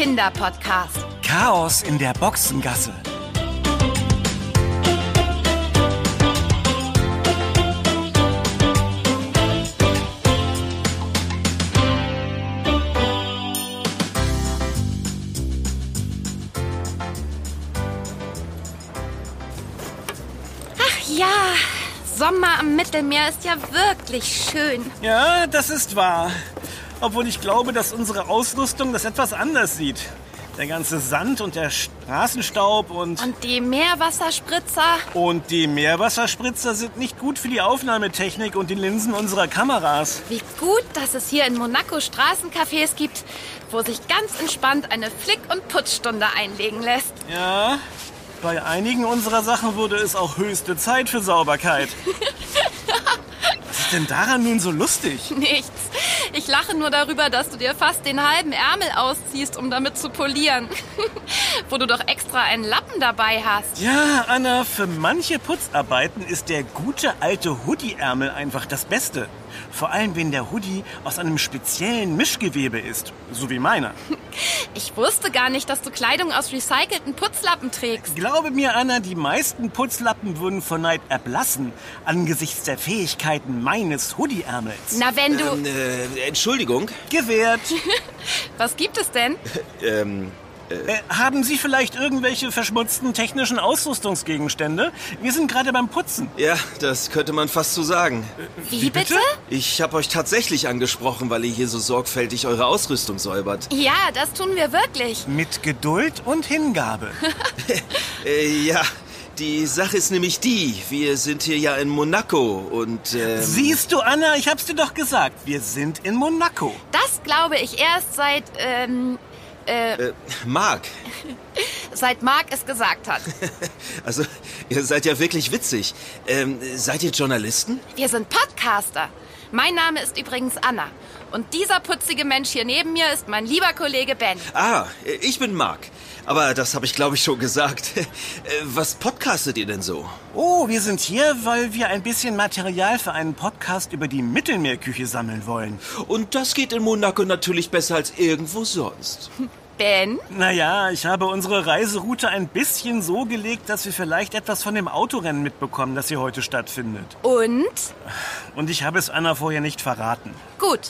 Kinderpodcast. Chaos in der Boxengasse. Ach ja, Sommer am Mittelmeer ist ja wirklich schön. Ja, das ist wahr. Obwohl ich glaube, dass unsere Ausrüstung das etwas anders sieht. Der ganze Sand und der Straßenstaub und die Meerwasserspritzer. Und die Meerwasserspritzer sind nicht gut für die Aufnahmetechnik und die Linsen unserer Kameras. Wie gut, dass es hier in Monaco Straßencafés gibt, wo sich ganz entspannt eine Flick- und Putzstunde einlegen lässt. Ja, bei einigen unserer Sachen wurde es auch höchste Zeit für Sauberkeit. Was ist denn daran nun so lustig? Nichts. Ich lache nur darüber, dass du dir fast den halben Ärmel ausziehst, um damit zu polieren. Wo du doch extra einen Lappen dabei hast. Ja, Anna, für manche Putzarbeiten ist der gute alte Hoodie-Ärmel einfach das Beste. Vor allem, wenn der Hoodie aus einem speziellen Mischgewebe ist, so wie meiner. Ich wusste gar nicht, dass du Kleidung aus recycelten Putzlappen trägst. Glaube mir, Anna, die meisten Putzlappen würden vor Neid erblassen, angesichts der Fähigkeiten meines Hoodie-Ärmels. Na, wenn du... Entschuldigung. Gewährt. Was gibt es denn? Haben Sie vielleicht irgendwelche verschmutzten technischen Ausrüstungsgegenstände? Wir sind gerade beim Putzen. Ja, das könnte man fast so sagen. Wie bitte? Ich habe euch tatsächlich angesprochen, weil ihr hier so sorgfältig eure Ausrüstung säubert. Ja, das tun wir wirklich. Mit Geduld und Hingabe. Ja, die Sache ist nämlich die, wir sind hier ja in Monaco und... Siehst du, Anna, ich hab's dir doch gesagt, wir sind in Monaco. Das glaube ich erst seit Marc. Es gesagt hat. Also, ihr seid ja wirklich witzig. Seid ihr Journalisten? Wir sind Podcaster. Mein Name ist übrigens Anna. Und dieser putzige Mensch hier neben mir ist mein lieber Kollege Ben. Ah, ich bin Marc. Aber das habe ich, glaube ich, schon gesagt. Was podcastet ihr denn so? Oh, wir sind hier, weil wir ein bisschen Material für einen Podcast über die Mittelmeerküche sammeln wollen. Und das geht in Monaco natürlich besser als irgendwo sonst. Ben? Naja, ich habe unsere Reiseroute ein bisschen so gelegt, dass wir vielleicht etwas von dem Autorennen mitbekommen, das hier heute stattfindet. Und ich habe es Anna vorher nicht verraten. Gut.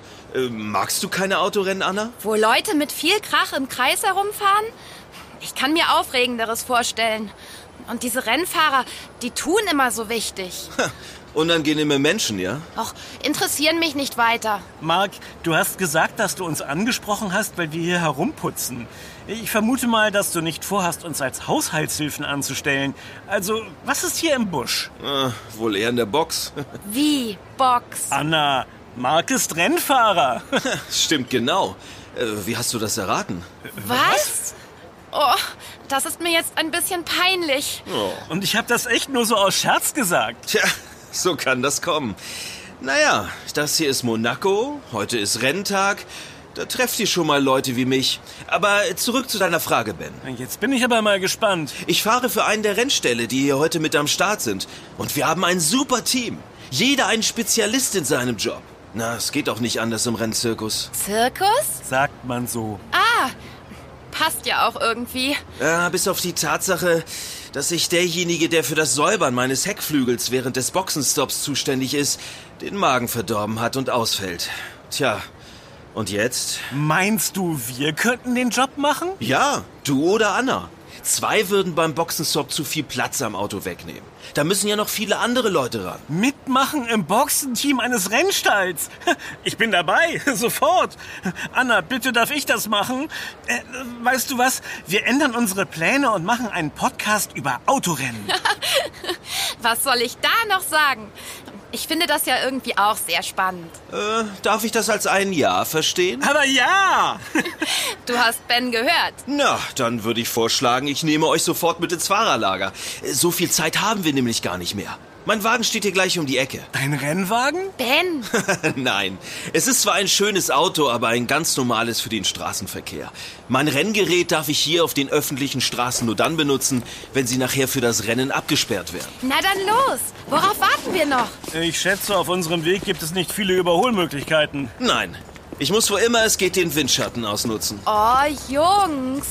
Magst du keine Autorennen, Anna? Wo Leute mit viel Krach im Kreis herumfahren? Ich kann mir Aufregenderes vorstellen. Und diese Rennfahrer, die tun immer so wichtig. Unangenehme Menschen, ja? Och, interessieren mich nicht weiter. Marc, du hast gesagt, dass du uns angesprochen hast, weil wir hier herumputzen. Ich vermute mal, dass du nicht vorhast, uns als Haushaltshilfen anzustellen. Also, was ist hier im Busch? Wohl eher in der Box. Wie? Box? Anna, Marc ist Rennfahrer. Stimmt genau. Wie hast du das erraten? Was? Oh, das ist mir jetzt ein bisschen peinlich. Oh. Und ich habe das echt nur so aus Scherz gesagt. Tja, so kann das kommen. Naja, das hier ist Monaco, heute ist Renntag. Da trefft ihr schon mal Leute wie mich. Aber zurück zu deiner Frage, Ben. Jetzt bin ich aber mal gespannt. Ich fahre für einen der Rennställe, die hier heute mit am Start sind. Und wir haben ein super Team. Jeder ein Spezialist in seinem Job. Na, es geht auch nicht anders im Rennzirkus. Zirkus? Sagt man so. Ah, passt ja auch irgendwie. Ja, bis auf die Tatsache, dass sich derjenige, der für das Säubern meines Heckflügels während des Boxenstopps zuständig ist, den Magen verdorben hat und ausfällt. Tja, und jetzt? Meinst du, wir könnten den Job machen? Ja, du oder Anna. 2 würden beim Boxenstopp zu viel Platz am Auto wegnehmen. Da müssen ja noch viele andere Leute ran. Mitmachen im Boxenteam eines Rennstalls. Ich bin dabei, sofort. Anna, bitte darf ich das machen? Weißt du was? Wir ändern unsere Pläne und machen einen Podcast über Autorennen. Was soll ich da noch sagen? Ich finde das ja irgendwie auch sehr spannend. Darf ich das als ein Ja verstehen? Aber ja! Du hast Ben gehört. Na, dann würde ich vorschlagen, ich nehme euch sofort mit ins Fahrerlager. So viel Zeit haben wir nämlich gar nicht mehr. Mein Wagen steht hier gleich um die Ecke. Dein Rennwagen? Ben! Nein, es ist zwar ein schönes Auto, aber ein ganz normales für den Straßenverkehr. Mein Renngerät darf ich hier auf den öffentlichen Straßen nur dann benutzen, wenn sie nachher für das Rennen abgesperrt werden. Na dann los! Worauf warten wir noch? Ich schätze, auf unserem Weg gibt es nicht viele Überholmöglichkeiten. Nein, Ich muss, wo immer es geht, den Windschatten ausnutzen. Oh, Jungs.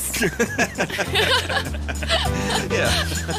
Ja.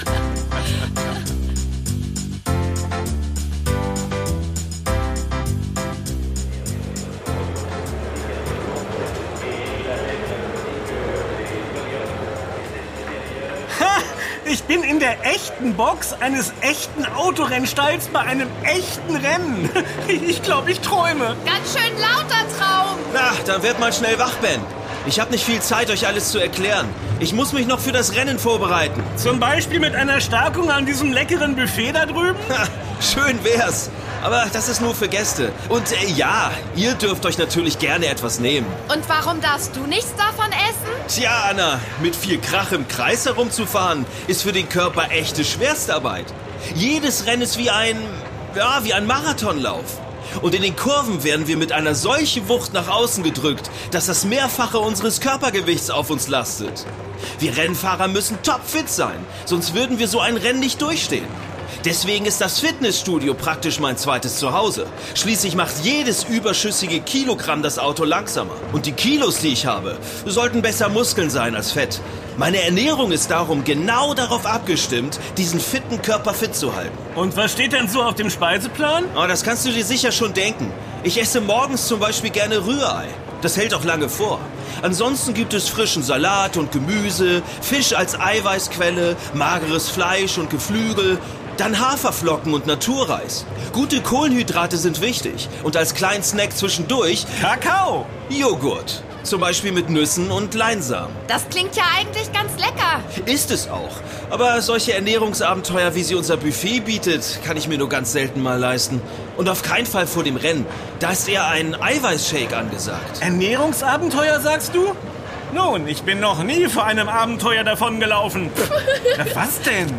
Ich bin in der echten Box eines echten Autorенnstalls bei einem echten Rennen. Ich glaube, ich träume. Ganz schön lauter Traum. Na, dann werd mal schnell wach, Ben. Ich habe nicht viel Zeit, euch alles zu erklären. Ich muss mich noch für das Rennen vorbereiten. Zum Beispiel mit einer Stärkung an diesem leckeren Buffet da drüben? Ha, schön wär's. Aber das ist nur für Gäste. Und ja, ihr dürft euch natürlich gerne etwas nehmen. Und warum darfst du nichts davon essen? Tja, Anna, mit viel Krach im Kreis herumzufahren, ist für den Körper echte Schwerstarbeit. Jedes Rennen ist wie ein Marathonlauf. Und in den Kurven werden wir mit einer solchen Wucht nach außen gedrückt, dass das Mehrfache unseres Körpergewichts auf uns lastet. Wir Rennfahrer müssen topfit sein, sonst würden wir so ein Rennen nicht durchstehen. Deswegen ist das Fitnessstudio praktisch mein zweites Zuhause. Schließlich macht jedes überschüssige Kilogramm das Auto langsamer. Und die Kilos, die ich habe, sollten besser Muskeln sein als Fett. Meine Ernährung ist darum genau darauf abgestimmt, diesen fitten Körper fit zu halten. Und was steht denn so auf dem Speiseplan? Oh, das kannst du dir sicher schon denken. Ich esse morgens zum Beispiel gerne Rührei. Das hält auch lange vor. Ansonsten gibt es frischen Salat und Gemüse, Fisch als Eiweißquelle, mageres Fleisch und Geflügel, dann Haferflocken und Naturreis. Gute Kohlenhydrate sind wichtig. Und als kleinen Snack zwischendurch Kakao. Joghurt. Zum Beispiel mit Nüssen und Leinsamen. Das klingt ja eigentlich ganz lecker. Ist es auch. Aber solche Ernährungsabenteuer, wie sie unser Buffet bietet, kann ich mir nur ganz selten mal leisten. Und auf keinen Fall vor dem Rennen. Da ist eher ein Eiweißshake angesagt. Ernährungsabenteuer, sagst du? Nun, ich bin noch nie vor einem Abenteuer davongelaufen. Na, was denn?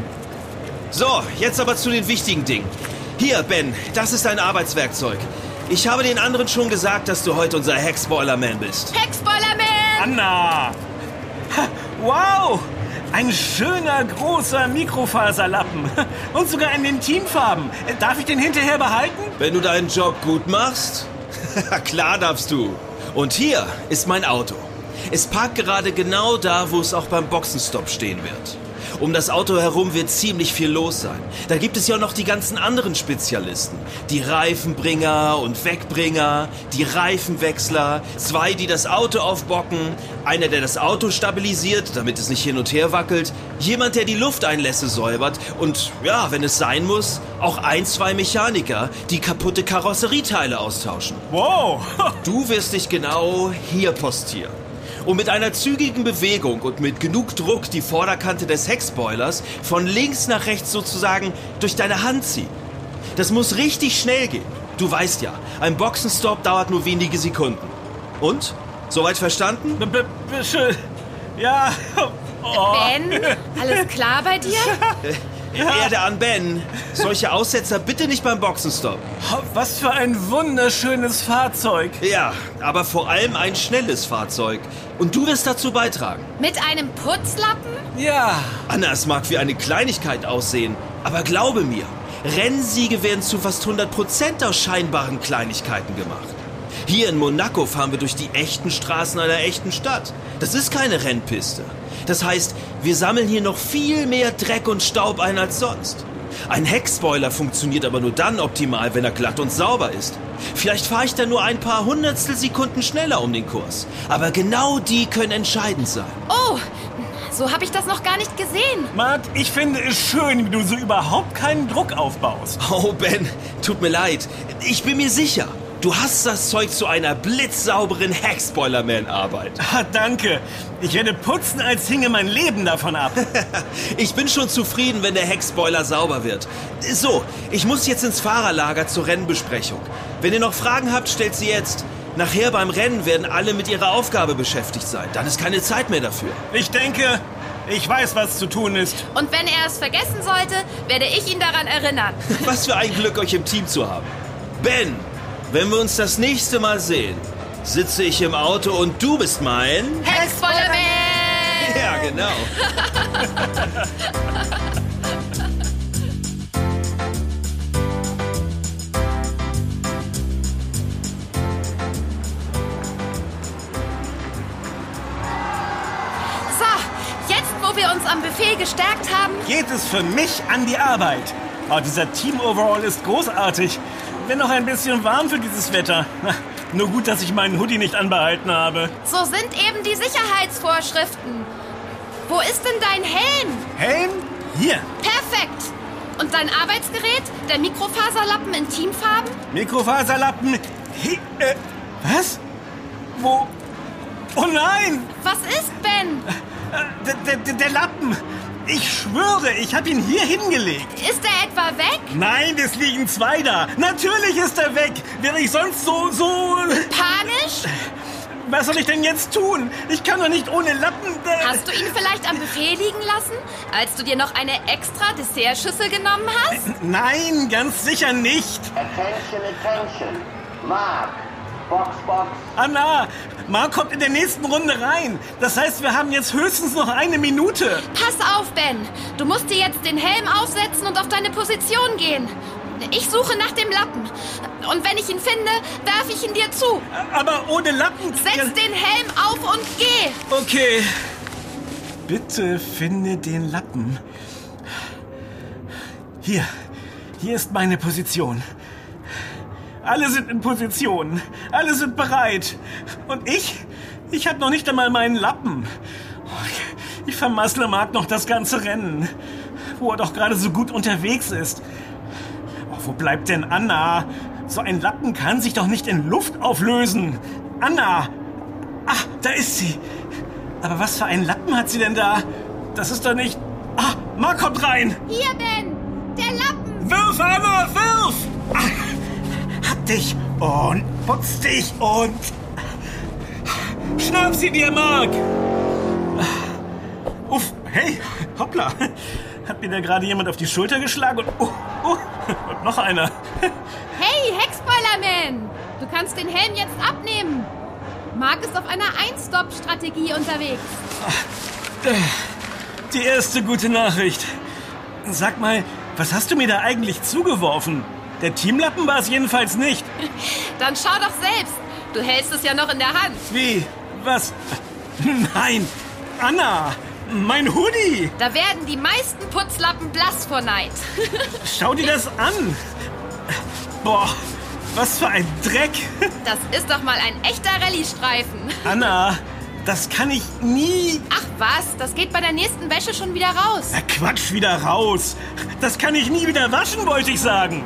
So, jetzt aber zu den wichtigen Dingen. Hier, Ben, das ist dein Arbeitswerkzeug. Ich habe den anderen schon gesagt, dass du heute unser Heckspoilerman bist. Heckspoilerman! Anna! Ha, wow! Ein schöner, großer Mikrofaserlappen. Und sogar in den Teamfarben. Darf ich den hinterher behalten? Wenn du deinen Job gut machst? Klar darfst du. Und hier ist mein Auto. Es parkt gerade genau da, wo es auch beim Boxenstopp stehen wird. Um das Auto herum wird ziemlich viel los sein. Da gibt es ja noch die ganzen anderen Spezialisten. Die Reifenbringer und Wegbringer, die Reifenwechsler, 2, die das Auto aufbocken, einer, der das Auto stabilisiert, damit es nicht hin und her wackelt, jemand, der die Lufteinlässe säubert und, ja, wenn es sein muss, auch 1, 2 Mechaniker, die kaputte Karosserieteile austauschen. Wow! Du wirst dich genau hier postieren. Und mit einer zügigen Bewegung und mit genug Druck die Vorderkante des Heckspoilers von links nach rechts sozusagen durch deine Hand ziehen. Das muss richtig schnell gehen. Du weißt ja, ein Boxenstopp dauert nur wenige Sekunden. Und? Soweit verstanden? Schön. Ja. Oh. Ben, alles klar bei dir? Erde an Ben. Solche Aussetzer bitte nicht beim Boxenstopp. Was für ein wunderschönes Fahrzeug. Ja, aber vor allem ein schnelles Fahrzeug. Und du wirst dazu beitragen. Mit einem Putzlappen? Ja. Anna, es mag wie eine Kleinigkeit aussehen, aber glaube mir, Rennsiege werden zu fast 100% aus scheinbaren Kleinigkeiten gemacht. Hier in Monaco fahren wir durch die echten Straßen einer echten Stadt. Das ist keine Rennpiste. Das heißt, wir sammeln hier noch viel mehr Dreck und Staub ein als sonst. Ein Heckspoiler funktioniert aber nur dann optimal, wenn er glatt und sauber ist. Vielleicht fahre ich dann nur ein paar Hundertstelsekunden schneller um den Kurs. Aber genau die können entscheidend sein. Oh, so habe ich das noch gar nicht gesehen. Matt, ich finde es schön, wie du so überhaupt keinen Druck aufbaust. Oh, Ben, tut mir leid. Ich bin mir sicher, du hast das Zeug zu einer blitzsauberen Heckspoilerman-Arbeit. Ah, danke. Ich werde putzen, als hinge mein Leben davon ab. Ich bin schon zufrieden, wenn der Heckspoiler sauber wird. So, ich muss jetzt ins Fahrerlager zur Rennbesprechung. Wenn ihr noch Fragen habt, stellt sie jetzt. Nachher beim Rennen werden alle mit ihrer Aufgabe beschäftigt sein. Dann ist keine Zeit mehr dafür. Ich denke, ich weiß, was zu tun ist. Und wenn er es vergessen sollte, werde ich ihn daran erinnern. Was für ein Glück, euch im Team zu haben. Ben, wenn wir uns das nächste Mal sehen, sitze ich im Auto und du bist mein... Heckspoilerman! Ja, genau. am Buffet gestärkt haben? Geht es für mich an die Arbeit. Oh, dieser Team-Overall ist großartig. Bin noch ein bisschen warm für dieses Wetter. Nur gut, dass ich meinen Hoodie nicht anbehalten habe. So sind eben die Sicherheitsvorschriften. Wo ist denn dein Helm? Helm? Hier. Perfekt. Und dein Arbeitsgerät? Der Mikrofaserlappen in Teamfarben? Mikrofaserlappen. Was? Wo? Oh nein! Was ist, Ben? Der Lappen. Ich schwöre, ich habe ihn hier hingelegt. Ist er etwa weg? Nein, es liegen 2 da. Natürlich ist er weg. Wäre ich sonst so... Panisch? Was soll ich denn jetzt tun? Ich kann doch nicht ohne Lappen... Hast du ihn vielleicht am Buffet liegen lassen, als du dir noch eine extra Dessertschüssel genommen hast? Nein, ganz sicher nicht. Attention. Mark. Box. Anna, Mark kommt in der nächsten Runde rein. Das heißt, wir haben jetzt höchstens noch 1 Minute. Pass auf, Ben. Du musst dir jetzt den Helm aufsetzen und auf deine Position gehen. Ich suche nach dem Lappen. Und wenn ich ihn finde, werfe ich ihn dir zu. Aber ohne Lappen... Setz den Helm auf und geh. Okay. Bitte finde den Lappen. Hier ist meine Position. Alle sind in Position. Alle sind bereit. Und ich habe noch nicht einmal meinen Lappen. Ich vermassle Mark noch das ganze Rennen, wo er doch gerade so gut unterwegs ist. Oh, wo bleibt denn Anna? So ein Lappen kann sich doch nicht in Luft auflösen. Anna! Ah, da ist sie. Aber was für einen Lappen hat sie denn da? Das ist doch nicht... Ah, Mark kommt rein. Hier, Ben. Der Lappen. Wirf, Anna, wirf! Ah, hab dich und putz dich und... Schnapp sie dir, Mark! Uff, hey, hoppla. Hat mir da gerade jemand auf die Schulter geschlagen und... und noch einer. Hey, Heckspoilerman! Du kannst den Helm jetzt abnehmen. Mark ist auf einer Ein-Stop-Strategie unterwegs. Die erste gute Nachricht. Sag mal, was hast du mir da eigentlich zugeworfen? Der Teamlappen war es jedenfalls nicht. Dann schau doch selbst. Du hältst es ja noch in der Hand. Wie? Was? Nein! Anna! Mein Hoodie! Da werden die meisten Putzlappen blass vor Neid. Schau dir das an! Boah, was für ein Dreck! Das ist doch mal ein echter Rallye-Streifen. Anna, das kann ich nie... Ach was, das geht bei der nächsten Wäsche schon wieder raus. Na Quatsch, wieder raus! Das kann ich nie wieder waschen, wollte ich sagen!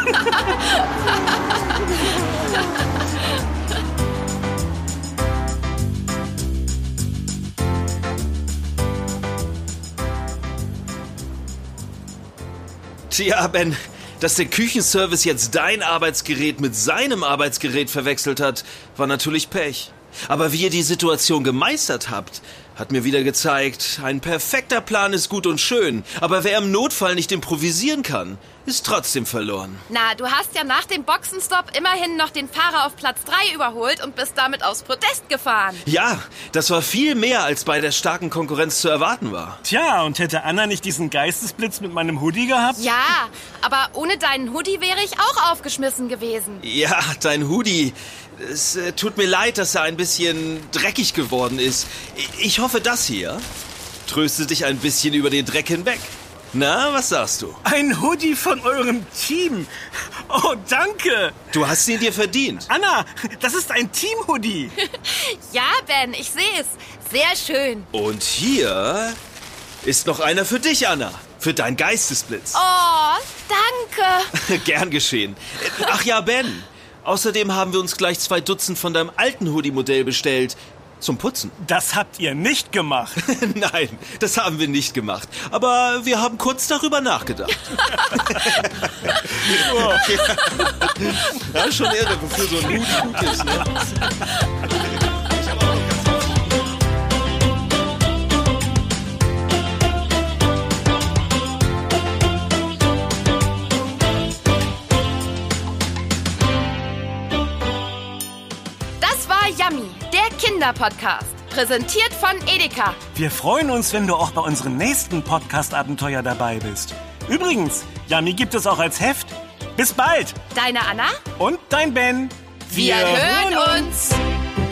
Tja, Ben, dass der Küchenservice jetzt dein Arbeitsgerät mit seinem Arbeitsgerät verwechselt hat, war natürlich Pech. Aber wie ihr die Situation gemeistert habt, hat mir wieder gezeigt, ein perfekter Plan ist gut und schön, aber wer im Notfall nicht improvisieren kann, ist trotzdem verloren. Na, du hast ja nach dem Boxenstopp immerhin noch den Fahrer auf Platz 3 überholt und bist damit aus Protest gefahren. Ja, das war viel mehr, als bei der starken Konkurrenz zu erwarten war. Tja, und hätte Anna nicht diesen Geistesblitz mit meinem Hoodie gehabt? Ja, aber ohne deinen Hoodie wäre ich auch aufgeschmissen gewesen. Ja, dein Hoodie. Es tut mir leid, dass er ein bisschen dreckig geworden ist. Ich hoffe, das hier tröstet dich ein bisschen über den Dreck hinweg. Na, was sagst du? Ein Hoodie von eurem Team. Oh, danke. Du hast ihn dir verdient. Anna, das ist ein Team-Hoodie. Ja, Ben, ich sehe es. Sehr schön. Und hier ist noch einer für dich, Anna. Für deinen Geistesblitz. Oh, danke. Gern geschehen. Ach ja, Ben. Außerdem haben wir uns gleich 2 Dutzend von deinem alten Hoodie-Modell bestellt. Zum Putzen. Das habt ihr nicht gemacht. Nein, das haben wir nicht gemacht. Aber wir haben kurz darüber nachgedacht. Ja, schon irre, wofür so ein Hoodie gut ist, ne? Das war Yummy, der Kinderpodcast. Präsentiert von Edeka. Wir freuen uns, wenn du auch bei unserem nächsten Podcast-Abenteuer dabei bist. Übrigens, Yummy gibt es auch als Heft. Bis bald. Deine Anna? Und dein Ben. Wir hören uns.